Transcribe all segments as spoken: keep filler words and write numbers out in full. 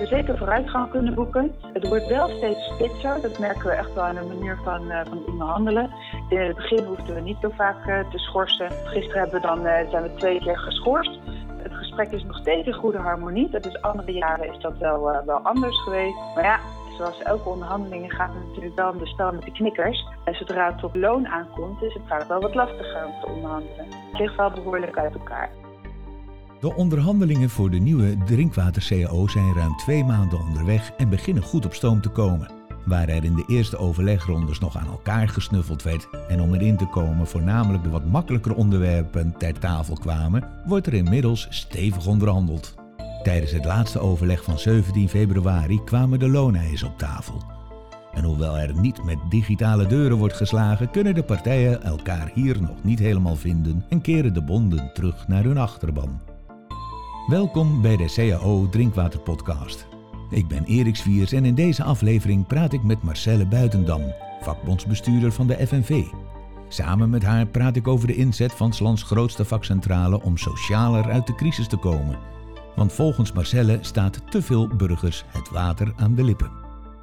zeker vooruitgang kunnen boeken. Het wordt wel steeds spitser. Dat merken we echt wel aan de manier van, uh, van onderhandelen. In het begin hoefden we niet zo vaak uh, te schorsen. Gisteren hebben we dan, uh, zijn we twee keer geschorst. Het gesprek is nog steeds in goede harmonie. Dat is andere jaren is dat wel, uh, wel anders geweest. Maar ja, zoals elke onderhandelingen gaat het natuurlijk wel om de spel met de knikkers. En zodra het op loon aankomt, is het vaak wel wat lastiger om te onderhandelen. Het ligt wel behoorlijk uit elkaar. De onderhandelingen voor de nieuwe drinkwater-C A O zijn ruim twee maanden onderweg en beginnen goed op stoom te komen. Waar er in de eerste overlegrondes nog aan elkaar gesnuffeld werd en om erin te komen voornamelijk de wat makkelijkere onderwerpen ter tafel kwamen, wordt er inmiddels stevig onderhandeld. Tijdens het laatste overleg van zeventien februari kwamen de looneisen op tafel. En hoewel er niet met digitale deuren wordt geslagen, kunnen de partijen elkaar hier nog niet helemaal vinden en keren de bonden terug naar hun achterban. Welkom bij de C A O Drinkwater Podcast. Ik ben Erik Swiers en in deze aflevering praat ik met Marcelle Buitendam, vakbondsbestuurder van de F N V. Samen met haar praat ik over de inzet van 's lands grootste vakcentrale om socialer uit de crisis te komen. Want volgens Marcelle staat te veel burgers het water aan de lippen.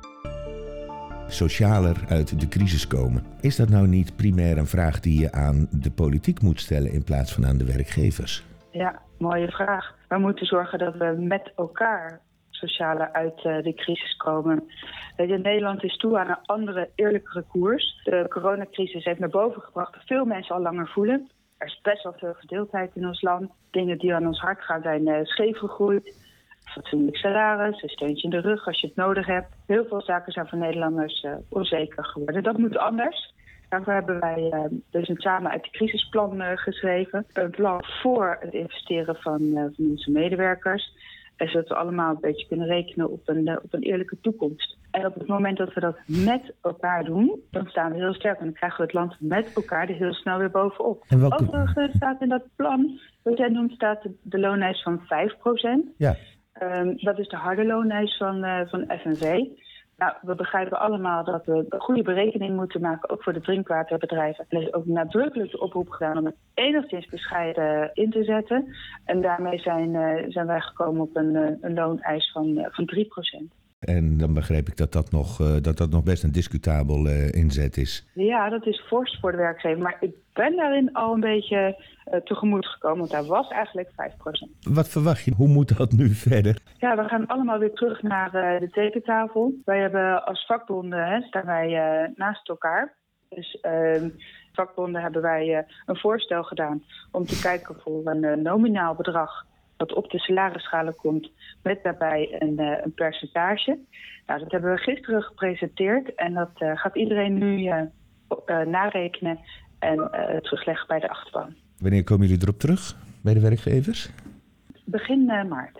Socialer uit de crisis komen. Is dat nou niet primair een vraag die je aan de politiek moet stellen in plaats van aan de werkgevers? Ja, mooie vraag. We moeten zorgen dat we met elkaar socialer uit de crisis komen. Nederland is toe aan een andere, eerlijkere koers. De coronacrisis heeft naar boven gebracht dat veel mensen al langer voelen. Er is best wel veel verdeeldheid in ons land. Dingen die aan ons hart gaan zijn uh, scheef gegroeid. Fatsoenlijk salaris, een steuntje in de rug als je het nodig hebt. Heel veel zaken zijn voor Nederlanders uh, onzeker geworden. Dat moet anders. Daarvoor hebben wij uh, dus een samen uit de crisisplan uh, geschreven. Een plan voor het investeren van, uh, van onze medewerkers. En zodat we allemaal een beetje kunnen rekenen op een, uh, op een eerlijke toekomst. En op het moment dat we dat met elkaar doen, dan staan we heel sterk. En dan krijgen we het land met elkaar er heel snel weer bovenop. En welke... Overigens staat in dat plan, wat jij noemt, staat de, de looneis van vijf procent. Ja. Um, dat is de harde looneis van, uh, van F N V. Nou, we begrijpen allemaal dat we een goede berekening moeten maken, ook voor de drinkwaterbedrijven. Er is ook nadrukkelijk de oproep gedaan om het enigszins bescheiden in te zetten. En daarmee zijn, uh, zijn wij gekomen op een, uh, een looneis van, uh, van drie procent. En dan begreep ik dat dat nog, uh, dat dat nog best een discutabel uh, inzet is. Ja, dat is fors voor de werkgever. Maar ik ben daarin al een beetje uh, tegemoet gekomen, want daar was eigenlijk vijf procent. Wat verwacht je? Hoe moet dat nu verder? Ja, we gaan allemaal weer terug naar uh, de tekentafel. Wij hebben als vakbonden, hè, staan wij uh, naast elkaar. Dus uh, vakbonden hebben wij uh, een voorstel gedaan om te kijken voor een uh, nominaal bedrag dat op de salarisschalen komt, met daarbij een, uh, een percentage. Nou, dat hebben we gisteren gepresenteerd en dat uh, gaat iedereen nu uh, uh, narekenen en uh, terugleggen bij de achterban. Wanneer komen jullie erop terug bij de werkgevers? Begin uh, maart.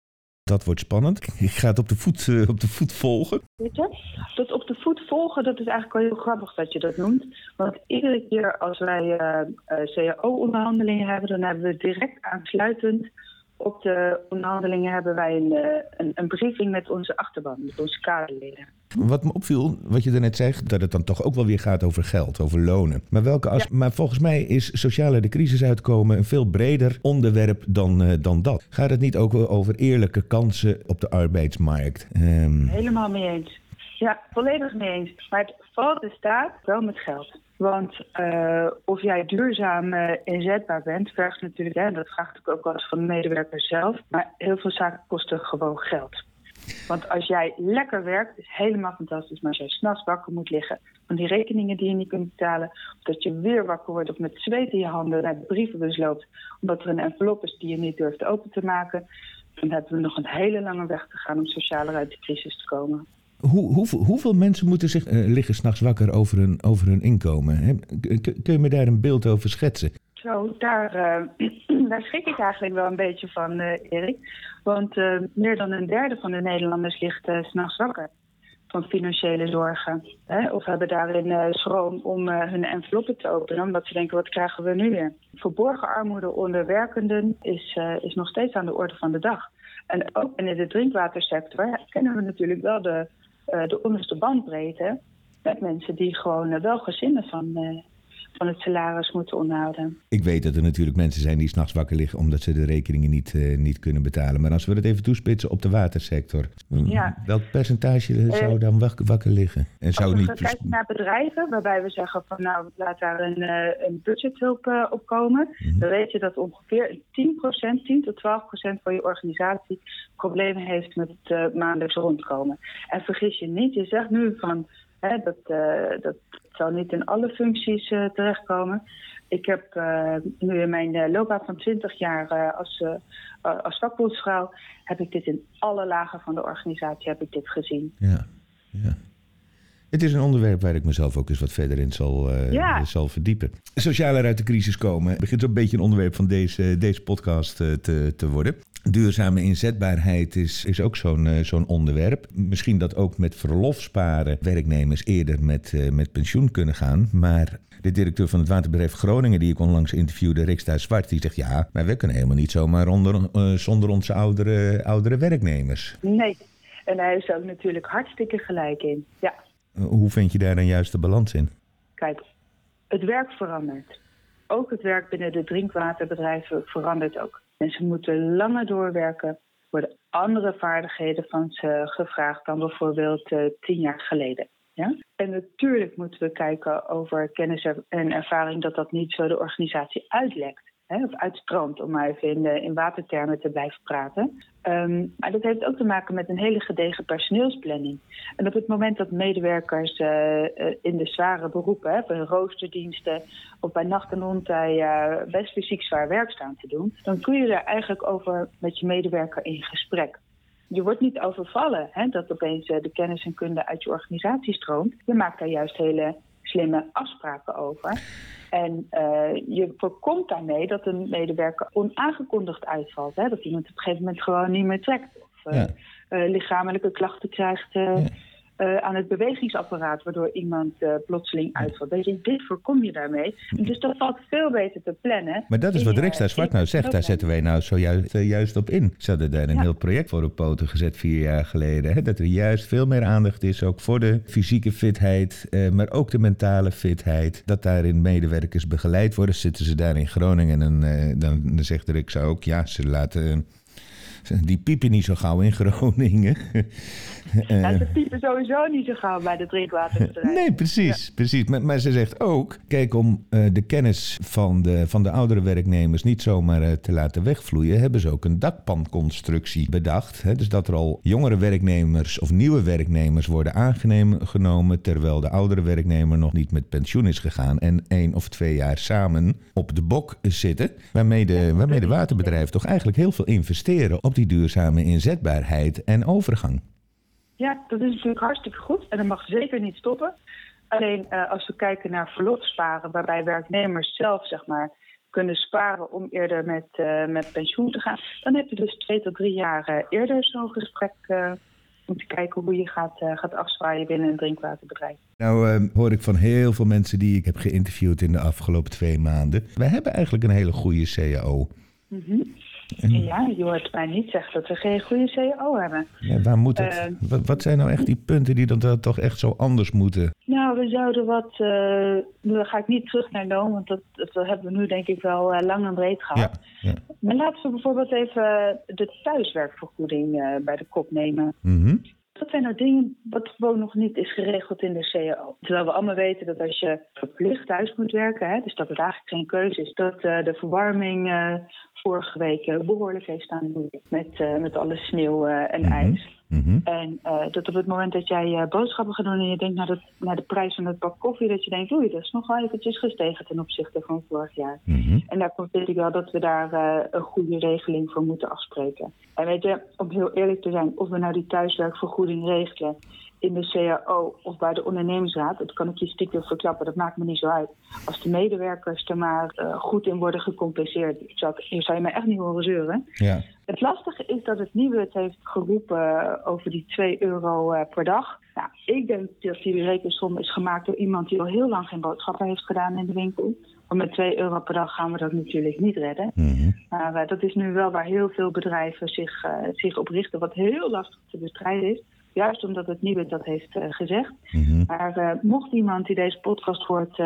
Dat wordt spannend. Ik ga het op de voet, uh, op de voet volgen. Weet je, dat op de voet volgen, dat is eigenlijk wel heel grappig dat je dat noemt. Want iedere keer als wij uh, uh, C A O-onderhandelingen hebben, dan hebben we direct aansluitend op de onderhandelingen hebben wij een, een, een briefing met onze achterban, met onze kaderleden. Wat me opviel, wat je daarnet zegt, dat het dan toch ook wel weer gaat over geld, over lonen. Maar, welke as- ja. maar volgens mij is sociale de crisis uitkomen een veel breder onderwerp dan, uh, dan dat. Gaat het niet ook over eerlijke kansen op de arbeidsmarkt? Um... Helemaal mee eens. Ja, volledig mee eens. Maar het valt de staat wel met geld. Want uh, of jij duurzaam uh, inzetbaar bent, vergt natuurlijk, hè, dat vraagt natuurlijk ook wel eens van de medewerker zelf. Maar heel veel zaken kosten gewoon geld. Want als jij lekker werkt, is helemaal fantastisch. Maar als jij 's nachts wakker moet liggen van die rekeningen die je niet kunt betalen, of dat je weer wakker wordt of met zweet in je handen naar de brievenbus loopt, omdat er een envelop is die je niet durft open te maken, dan hebben we nog een hele lange weg te gaan om socialer uit de crisis te komen. Hoe, hoeveel, hoeveel mensen moeten zich uh, liggen 's nachts wakker over hun, over hun inkomen? Hè? K- kun je me daar een beeld over schetsen? Zo, daar, uh, daar schrik ik eigenlijk wel een beetje van, uh, Erik. Want uh, meer dan een derde van de Nederlanders ligt uh, 's nachts wakker van financiële zorgen. Hè? Of hebben daarin uh, schroom om uh, hun enveloppen te openen, omdat ze denken, wat krijgen we nu weer? Verborgen armoede onder werkenden is, uh, is nog steeds aan de orde van de dag. En ook in de drinkwatersector kennen we natuurlijk wel de, uh, de onderste bandbreedte met mensen die gewoon uh, wel gezinnen van, uh, van het salaris moeten onderhouden. Ik weet dat er natuurlijk mensen zijn die 's nachts wakker liggen omdat ze de rekeningen niet, uh, niet kunnen betalen. Maar als we het even toespitsen op de watersector, ja. welk percentage uh, zou dan wakker, wakker liggen? En zou als we niet... kijken naar bedrijven waarbij we zeggen van nou laat daar een, uh, een budgethulp uh, op komen, mm-hmm. dan weet je dat ongeveer tien procent, tien tot twaalf procent van je organisatie problemen heeft met het uh, maandelijks rondkomen. En vergis je niet, je zegt nu van hè, dat, uh, dat zal niet in alle functies uh, terechtkomen. Ik heb uh, nu in mijn uh, loopbaan van twintig jaar uh, als, uh, uh, als vakbondsvrouw heb ik dit in alle lagen van de organisatie heb ik dit gezien. Ja, ja. Het is een onderwerp waar ik mezelf ook eens wat verder in zal, uh, ja. zal verdiepen. Socialer uit de crisis komen. Het begint zo'n beetje een onderwerp van deze, deze podcast uh, te, te worden. Duurzame inzetbaarheid is, is ook zo'n, uh, zo'n onderwerp. Misschien dat ook met verlofsparen werknemers eerder met, uh, met pensioen kunnen gaan. Maar de directeur van het waterbedrijf Groningen, die ik onlangs interviewde, Riksta Zwart, die zegt ja, maar we kunnen helemaal niet zomaar onder, uh, zonder onze oudere, oudere werknemers. Nee, en hij is ook natuurlijk hartstikke gelijk in. Ja. Hoe vind je daar dan juist de balans in? Kijk, het werk verandert. Ook het werk binnen de drinkwaterbedrijven verandert ook. Mensen moeten langer doorwerken. Er worden andere vaardigheden van ze gevraagd dan bijvoorbeeld uh, tien jaar geleden. Ja? En natuurlijk moeten we kijken over kennis en ervaring dat dat niet zo de organisatie uitlekt. Hè, of uitstroomt, om maar even in, de, in watertermen te blijven praten. Um, maar dat heeft ook te maken met een hele gedegen personeelsplanning. En op het moment dat medewerkers uh, uh, in de zware beroepen, hè, bij roosterdiensten of bij nacht en ontij uh, best fysiek zwaar werk staan te doen, dan kun je er eigenlijk over met je medewerker in gesprek. Je wordt niet overvallen, hè, dat opeens uh, de kennis en kunde uit je organisatie stroomt. Je maakt daar juist hele slimme afspraken over. En uh, je voorkomt daarmee dat een medewerker onaangekondigd uitvalt. Hè? Dat iemand op een gegeven moment gewoon niet meer trekt. Of uh, ja. uh, lichamelijke klachten krijgt uh, ja. uh, aan het bewegingsapparaat, waardoor iemand uh, plotseling uitvalt. Weet je, dit voorkom je daarmee. Dus dat valt veel beter te plannen. Maar dat is wat Riksta Zwart nou zegt. Daar zetten wij nou zojuist uh, juist op in. Ze hadden daar een ja. heel project voor op poten gezet vier jaar geleden. Hè? Dat er juist veel meer aandacht is ook voor de fysieke fitheid, uh, maar ook de mentale fitheid. Dat daarin medewerkers begeleid worden. Zitten ze daar in Groningen en uh, dan, dan zegt Riksta ook, ja, ze laten... Uh, Die piepen niet zo gauw in Groningen. Ja, ze piepen sowieso niet zo gauw bij de drinkwaterbedrijven. Nee, precies. Ja. precies. Maar, maar ze zegt ook, kijk, om uh, de kennis van de, van de oudere werknemers niet zomaar uh, te laten wegvloeien, hebben ze ook een dakpanconstructie bedacht. Hè? Dus dat er al jongere werknemers of nieuwe werknemers worden aangenomen, terwijl de oudere werknemer nog niet met pensioen is gegaan en één of twee jaar samen op de bok zitten, waarmee de, waarmee de waterbedrijven toch eigenlijk heel veel investeren op die duurzame inzetbaarheid en overgang. Ja, dat is natuurlijk hartstikke goed en dat mag zeker niet stoppen. Alleen uh, als we kijken naar verlofsparen, waarbij werknemers zelf zeg maar kunnen sparen om eerder met, uh, met pensioen te gaan, dan heb je dus twee tot drie jaar uh, eerder zo'n gesprek uh, om te kijken hoe je gaat, uh, gaat afzwaaien binnen een drinkwaterbedrijf. Nou uh, hoor ik van heel veel mensen die ik heb geïnterviewd in de afgelopen twee maanden. Wij hebben eigenlijk een hele goede C A O. Mm-hmm. En... Ja, je hoort mij niet zeggen dat we geen goede C A O hebben. Ja, waar moet het? Uh, wat, wat zijn nou echt die punten die dan, dan toch echt zo anders moeten? Nou, we zouden wat... Uh, dan ga ik niet terug naar Noom, want dat, dat hebben we nu denk ik wel uh, lang en breed gehad. Ja, ja. Maar laten we bijvoorbeeld even de thuiswerkvergoeding uh, bij de kop nemen. Mm-hmm. Dat zijn nou dingen wat gewoon nog niet is geregeld in de C A O. Terwijl we allemaal weten dat als je verplicht thuis moet werken, hè, dus dat het eigenlijk geen keuze is, dat uh, de verwarming uh, vorige week uh, behoorlijk heeft staan doen met, uh, met alle sneeuw uh, en mm-hmm. ijs. Mm-hmm. En uh, dat op het moment dat jij uh, boodschappen gaat doen en je denkt naar de, naar de prijs van het pak koffie, dat je denkt, oei, dat is nog wel eventjes gestegen ten opzichte van vorig jaar. Mm-hmm. En daar vind ik wel dat we daar uh, een goede regeling voor moeten afspreken. En weet je, om heel eerlijk te zijn, of we nou die thuiswerkvergoeding regelen in de C A O of bij de ondernemingsraad, dat kan ik je stiekem verklappen, dat maakt me niet zo uit. Als de medewerkers er maar uh, goed in worden gecompenseerd, zou ik, hier zou je mij echt niet horen zeuren. Ja. Het lastige is dat het Nibud heeft geroepen over die twee euro uh, per dag. Nou, ik denk dat die rekensom is gemaakt door iemand die al heel lang geen boodschappen heeft gedaan in de winkel. Want met twee euro per dag gaan we dat natuurlijk niet redden. Mm-hmm. Maar uh, dat is nu wel waar heel veel bedrijven zich, uh, zich op richten, wat heel lastig te bestrijden is. Juist omdat het Nibud dat heeft uh, gezegd. Mm-hmm. Maar uh, mocht iemand die deze podcast hoort uh,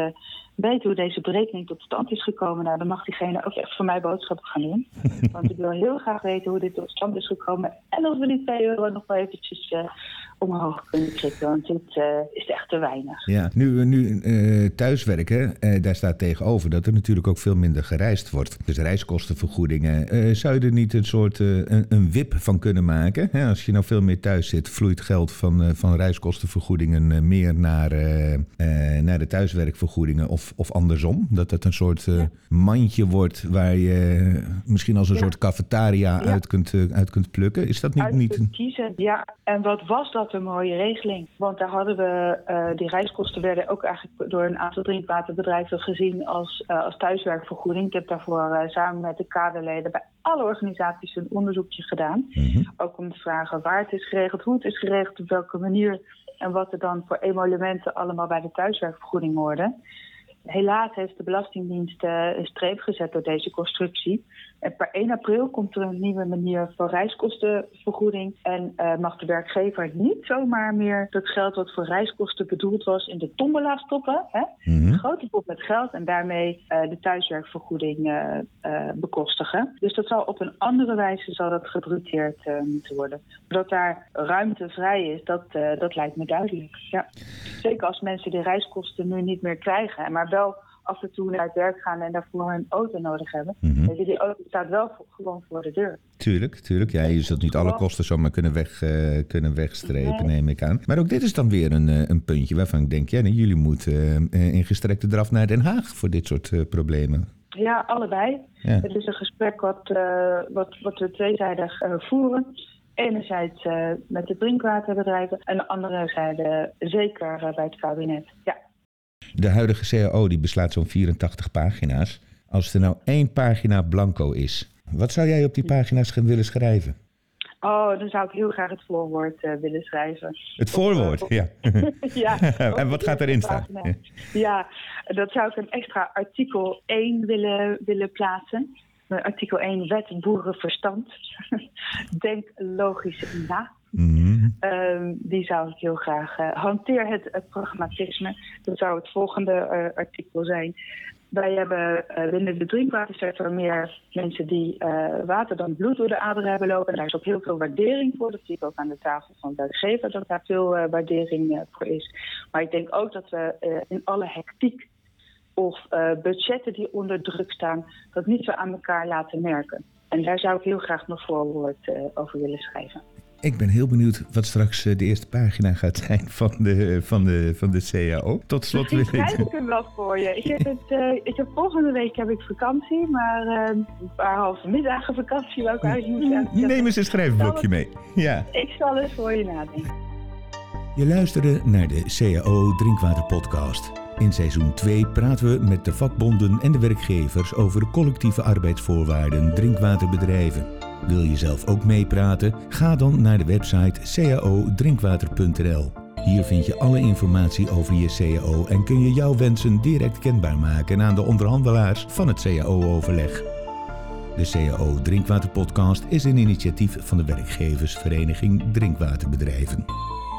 weet hoe deze berekening tot stand is gekomen, nou, dan mag diegene ook echt voor mij boodschappen gaan doen. Want ik wil heel graag weten hoe dit tot stand is gekomen. En of we die twee euro nog wel eventjes uh, omhoog kunnen krikken. Want dit uh, is echt te weinig. Ja, nu, nu uh, thuiswerken, uh, daar staat tegenover dat er natuurlijk ook veel minder gereisd wordt. Dus reiskostenvergoedingen. Uh, zou je er niet een soort uh, een, een wip van kunnen maken? Hè? Als je nou veel meer thuis zit, vloeit geld van, uh, van reiskostenvergoedingen uh, meer naar, uh, uh, naar de thuiswerkvergoedingen of, of andersom. Dat het een soort uh, ja. mandje wordt waar je uh, misschien als een ja. soort cafetaria ja. uit, kunt, uh, uit kunt plukken. Is dat niet... Uit niet een... kiezen, ja. En wat was dat een mooie regeling? Want daar hadden we, uh, die reiskosten werden ook eigenlijk door een aantal drinkwaterbedrijven gezien als, uh, als thuiswerkvergoeding. Ik heb daarvoor uh, samen met de kaderleden bij alle organisaties een onderzoekje gedaan. Mm-hmm. Ook om te vragen waar het is geregeld, hoe het is geregeld, op welke manier en wat er dan voor emolumenten allemaal bij de thuiswerkvergoeding hoorden. Helaas heeft de Belastingdienst uh, een streep gezet door deze constructie. En per één april komt er een nieuwe manier voor reiskostenvergoeding. En uh, mag de werkgever niet zomaar meer dat geld wat voor reiskosten bedoeld was in de tombola stoppen. Hè? Mm-hmm. Een grote pot met geld en daarmee uh, de thuiswerkvergoeding uh, uh, bekostigen. Dus dat zal op een andere wijze zal dat gebruteerd uh, moeten worden. Dat daar ruimte vrij is, dat, uh, dat lijkt me duidelijk. Ja. Zeker als mensen de reiskosten nu niet meer krijgen, maar wel af en toe naar het werk gaan en daarvoor een auto nodig hebben. Mm-hmm. Die auto staat wel voor, gewoon voor de deur. Tuurlijk, tuurlijk. Ja, je zult niet alle kosten zomaar kunnen, weg, uh, kunnen wegstrepen, nee. neem ik aan. Maar ook dit is dan weer een, uh, een puntje waarvan ik denk, ja, nee, jullie moeten uh, in gestrekte draf naar Den Haag voor dit soort uh, problemen. Ja, allebei. Ja. Het is een gesprek wat, uh, wat, wat we tweezijdig uh, voeren. Enerzijds uh, met de drinkwaterbedrijven en anderzijds zeker uh, bij het kabinet. Ja. De huidige C A O die beslaat zo'n vierentachtig pagina's. Als er nou één pagina blanco is, wat zou jij op die pagina's gaan willen schrijven? Oh, dan zou ik heel graag het voorwoord uh, willen schrijven. Het voorwoord, of, uh, ja. ja. En wat gaat erin staan? Ja. ja, dat zou ik een extra artikel één willen, willen plaatsen. Artikel één, wet boerenverstand. Denk logisch na. Mm-hmm. Um, die zou ik heel graag... Uh, hanteer het, het pragmatisme. Dat zou het volgende uh, artikel zijn. Wij hebben uh, binnen de drinkwatersector meer mensen die uh, water dan bloed door de aderen hebben lopen. En daar is ook heel veel waardering voor. Dat zie ik ook aan de tafel van de werkgever, dat daar veel uh, waardering uh, voor is. Maar ik denk ook dat we uh, in alle hectiek of uh, budgetten die onder druk staan, dat niet zo aan elkaar laten merken. En daar zou ik heel graag nog voorwoord uh, over willen schrijven. Ik ben heel benieuwd wat straks de eerste pagina gaat zijn van de, van de, van de C A O. Tot slot wil ik... schrijf ik hem wel voor je. Ik heb, het, uh, ik heb volgende week heb ik vakantie, maar uh, een paar halve middagen vakantie wou ik eigenlijk niet aan. Neem eens een schrijfblokje mee. Ja. Ik zal eens voor je nadenken. Je luisterde naar de C A O Drinkwater Podcast. In seizoen twee praten we met de vakbonden en de werkgevers over de collectieve arbeidsvoorwaarden drinkwaterbedrijven. Wil je zelf ook meepraten? Ga dan naar de website c a o drinkwater punt n l. Hier vind je alle informatie over je C A O en kun je jouw wensen direct kenbaar maken aan de onderhandelaars van het C A O-overleg. De C A O Drinkwater Podcast is een initiatief van de werkgeversvereniging Drinkwaterbedrijven.